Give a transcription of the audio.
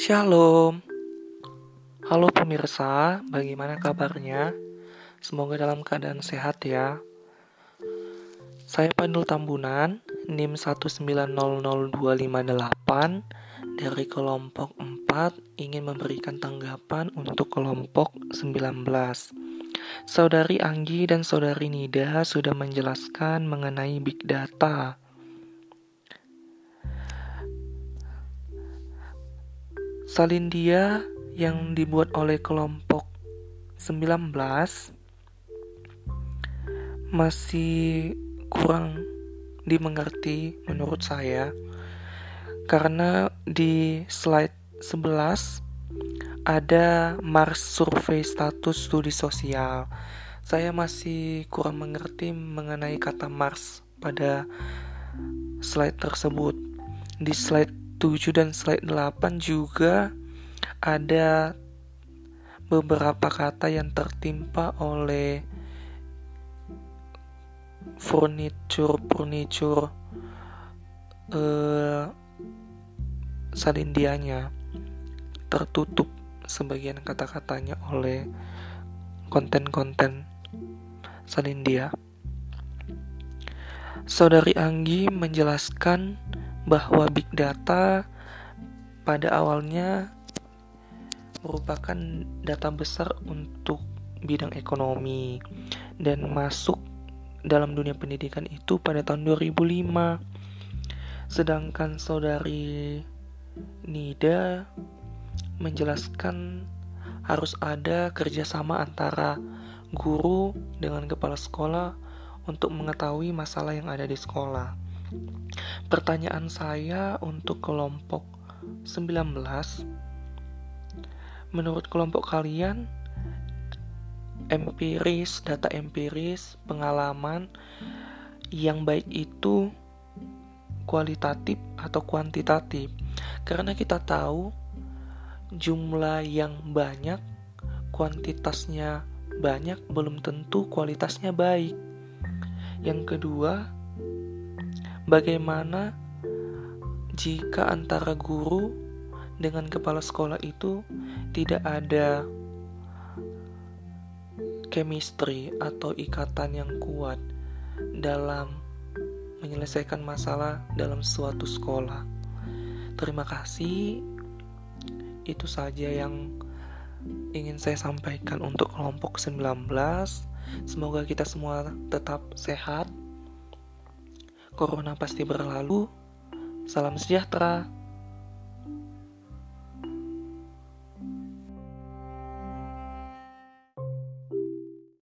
Shalom, halo pemirsa, bagaimana kabarnya? Semoga dalam keadaan sehat ya. Saya Pandul Tambunan, NIM 1900258 dari kelompok 4 ingin memberikan tanggapan untuk kelompok 19. Saudari Anggi dan Saudari Nida sudah menjelaskan mengenai Big Data. Salindia yang dibuat oleh kelompok 19 masih kurang dimengerti menurut saya, karena di slide 11 ada Mars Survey Status Studi Sosial. Saya masih kurang mengerti mengenai kata Mars pada slide tersebut. Di slide 7 dan slide 8 juga ada beberapa kata yang tertimpa oleh furniture salindianya, tertutup sebagian kata-katanya oleh konten-konten salindia. Saudari Anggi menjelaskan bahwa Big Data pada awalnya merupakan data besar untuk bidang ekonomi dan masuk dalam dunia pendidikan itu pada tahun 2005. Sedangkan Saudari Nida menjelaskan harus ada kerjasama antara guru dengan kepala sekolah untuk mengetahui masalah yang ada di sekolah. Pertanyaan saya untuk kelompok 19, menurut kelompok kalian, data empiris, pengalaman yang baik itu kualitatif atau kuantitatif? Karena kita tahu jumlah yang banyak, kuantitasnya banyak, belum tentu kualitasnya baik. Yang kedua, bagaimana jika antara guru dengan kepala sekolah itu tidak ada chemistry atau ikatan yang kuat dalam menyelesaikan masalah dalam suatu sekolah? Terima kasih. Itu saja yang ingin saya sampaikan untuk kelompok 19. Semoga kita semua tetap sehat. Corona pasti berlalu. Salam sejahtera.